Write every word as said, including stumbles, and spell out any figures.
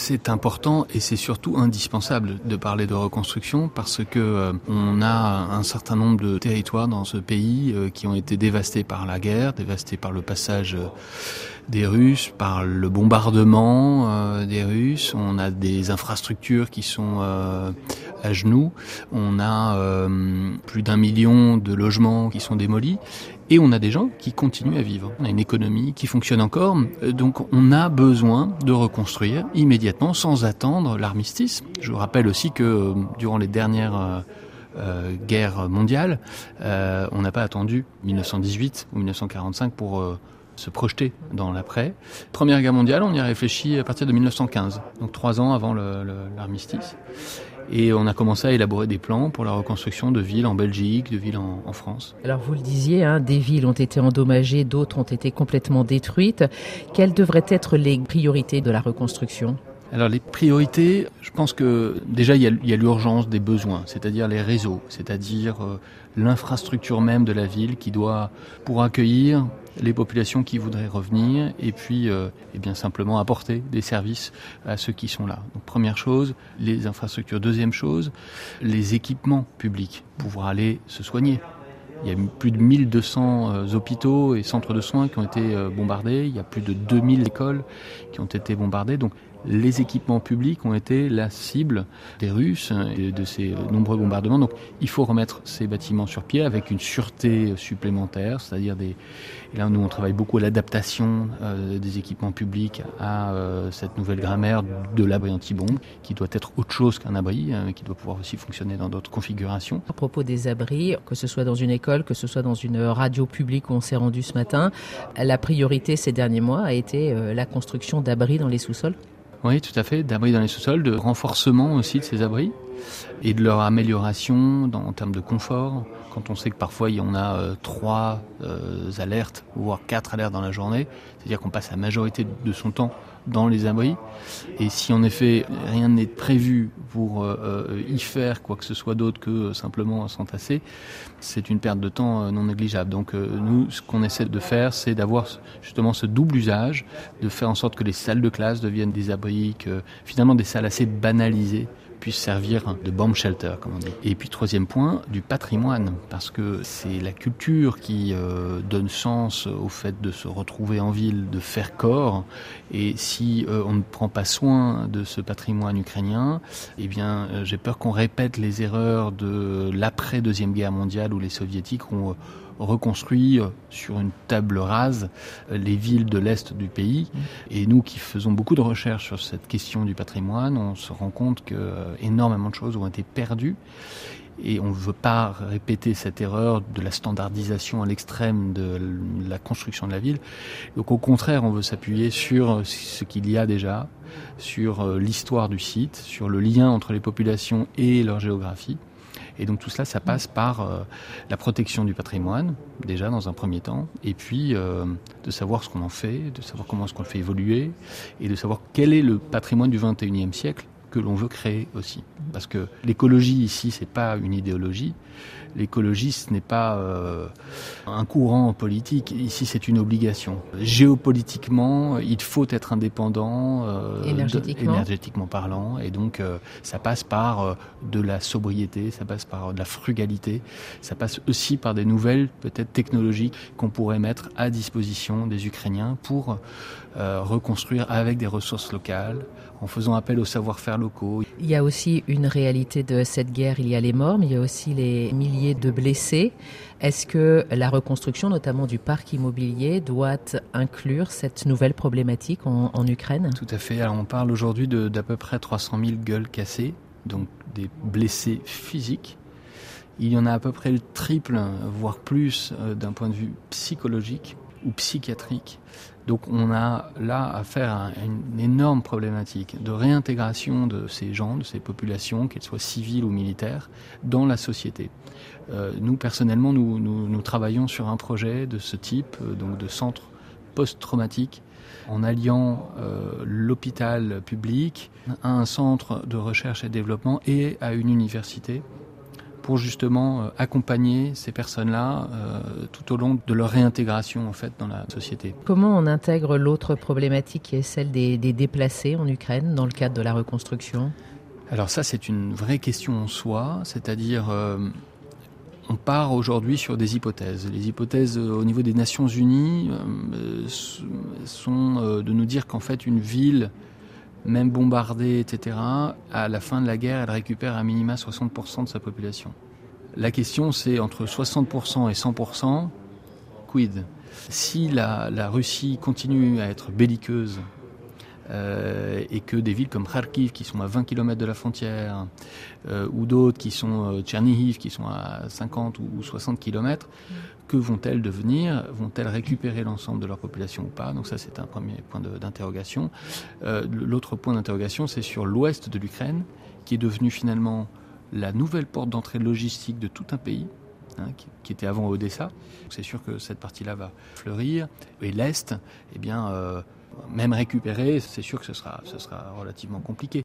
C'est important et c'est surtout indispensable de parler de reconstruction parce que euh, on a un certain nombre de territoires dans ce pays euh, qui ont été dévastés par la guerre, dévastés par le passage euh, des Russes, par le bombardement euh, des Russes. On a des infrastructures qui sont euh, à genoux. On a euh, plus d'un million de logements qui sont démolis. Et on a des gens qui continuent à vivre. On a une économie qui fonctionne encore. Donc on a besoin de reconstruire immédiatement sans attendre l'armistice. Je vous rappelle aussi que euh, durant les dernières euh, euh, guerres mondiales, euh, on n'a pas attendu dix-neuf cent dix-huit ou dix-neuf cent quarante-cinq pour euh, se projeter dans l'après. Première guerre mondiale, on y a réfléchi à partir de dix-neuf cent quinze, donc trois ans avant le, le, l'armistice. Et on a commencé à élaborer des plans pour la reconstruction de villes en Belgique, de villes en, en France. Alors vous le disiez, hein, des villes ont été endommagées, d'autres ont été complètement détruites. Quelles devraient être les priorités de la reconstruction ? Alors les priorités, je pense que déjà il y a, il y a l'urgence des besoins, c'est-à-dire les réseaux, c'est-à-dire euh, l'infrastructure même de la ville qui doit, pour accueillir les populations qui voudraient revenir et puis euh, et bien simplement apporter des services à ceux qui sont là. Donc première chose, les infrastructures. Deuxième chose, les équipements publics, pouvoir aller se soigner. Il y a plus de mille deux cents euh, hôpitaux et centres de soins qui ont été euh, bombardés. Il y a plus de deux mille écoles qui ont été bombardées. Donc les équipements publics ont été la cible des Russes et de ces nombreux bombardements. Donc il faut remettre ces bâtiments sur pied avec une sûreté supplémentaire, c'est-à-dire des... Et là, nous, on travaille beaucoup à l'adaptation euh, des équipements publics à euh, cette nouvelle grammaire de l'abri anti-bombe, qui doit être autre chose qu'un abri, euh, qui doit pouvoir aussi fonctionner dans d'autres configurations. À propos des abris, que ce soit dans une école, que ce soit dans une radio publique où on s'est rendu ce matin, la priorité ces derniers mois a été euh, la construction d'abris dans les sous-sols. Oui, tout à fait, d'abris dans les sous-sols, de renforcement aussi de ces abris et de leur amélioration dans, en termes de confort. Quand on sait que parfois on a euh, trois euh, alertes, voire quatre alertes dans la journée, c'est-à-dire qu'on passe la majorité de son temps dans les abris. Et si en effet rien n'est prévu pour euh, y faire quoi que ce soit d'autre que simplement s'entasser, c'est une perte de temps euh, non négligeable. Donc euh, nous, ce qu'on essaie de faire, c'est d'avoir justement ce double usage, de faire en sorte que les salles de classe deviennent des abris, que finalement des salles assez banalisées puissent servir de bomb shelter, comme on dit. Et puis troisième point, du patrimoine, parce que c'est la culture qui euh, donne sens au fait de se retrouver en ville, de faire corps. Et si euh, on ne prend pas soin de ce patrimoine ukrainien, eh bien, euh, j'ai peur qu'on répète les erreurs de l'après-deuxième guerre mondiale où les soviétiques ont euh, reconstruit sur une table rase les villes de l'Est du pays. Et nous qui faisons beaucoup de recherches sur cette question du patrimoine, on se rend compte que énormément de choses ont été perdues. Et on ne veut pas répéter cette erreur de la standardisation à l'extrême de la construction de la ville. Donc au contraire, on veut s'appuyer sur ce qu'il y a déjà, sur l'histoire du site, sur le lien entre les populations et leur géographie. Et donc tout cela, ça passe par euh, la protection du patrimoine, déjà dans un premier temps, et puis euh, de savoir ce qu'on en fait, de savoir comment est-ce qu'on le fait évoluer, et de savoir quel est le patrimoine du vingt et unième siècle que l'on veut créer aussi. Parce que l'écologie ici, c'est pas une idéologie. L'écologie, ce n'est pas euh, un courant politique. Ici, c'est une obligation. Géopolitiquement, il faut être indépendant, euh, énergétiquement. De, énergétiquement parlant. Et donc, euh, ça passe par euh, de la sobriété, ça passe par euh, de la frugalité, ça passe aussi par des nouvelles, peut-être technologies, qu'on pourrait mettre à disposition des Ukrainiens pour euh, reconstruire avec des ressources locales, en faisant appel aux savoir-faire locaux. Il y a aussi une réalité de cette guerre, il y a les morts, mais il y a aussi les milliers de blessés. Est-ce que la reconstruction, notamment du parc immobilier, doit inclure cette nouvelle problématique en, en Ukraine ? Tout à fait. Alors on parle aujourd'hui de, d'à peu près trois cent mille gueules cassées, donc des blessés physiques. Il y en a à peu près le triple, voire plus, euh, d'un point de vue psychologique ou psychiatrique. Donc on a là affaire à une énorme problématique de réintégration de ces gens, de ces populations, qu'elles soient civiles ou militaires, dans la société. Euh, nous, personnellement, nous, nous, nous travaillons sur un projet de ce type, euh, donc de centre post-traumatique, en alliant euh, l'hôpital public à un centre de recherche et développement et à une université, pour justement accompagner ces personnes-là euh, tout au long de leur réintégration en fait dans la société. Comment on intègre l'autre problématique qui est celle des, des déplacés en Ukraine dans le cadre de la reconstruction ? Alors ça, c'est une vraie question en soi, c'est-à-dire euh, on part aujourd'hui sur des hypothèses. Les hypothèses euh, au niveau des Nations Unies euh, sont euh, de nous dire qu'en fait une ville, même bombardée, et cetera, à la fin de la guerre, elle récupère à minima soixante pour cent de sa population. La question, c'est entre soixante pour cent et cent pour cent, quid ? Si la, la Russie continue à être belliqueuse euh, et que des villes comme Kharkiv, qui sont à vingt kilomètres de la frontière, euh, ou d'autres qui sont euh, Tchernihiv, qui sont à cinquante ou soixante kilomètres, que vont-elles devenir ? Vont-elles récupérer l'ensemble de leur population ou pas ? Donc ça, c'est un premier point de, d'interrogation. Euh, l'autre point d'interrogation, c'est sur l'ouest de l'Ukraine, qui est devenu finalement la nouvelle porte d'entrée logistique de tout un pays, hein, qui, qui était avant Odessa. Donc c'est sûr que cette partie-là va fleurir. Et l'est, eh bien, euh, même récupérer, c'est sûr que ce sera, ce sera relativement compliqué.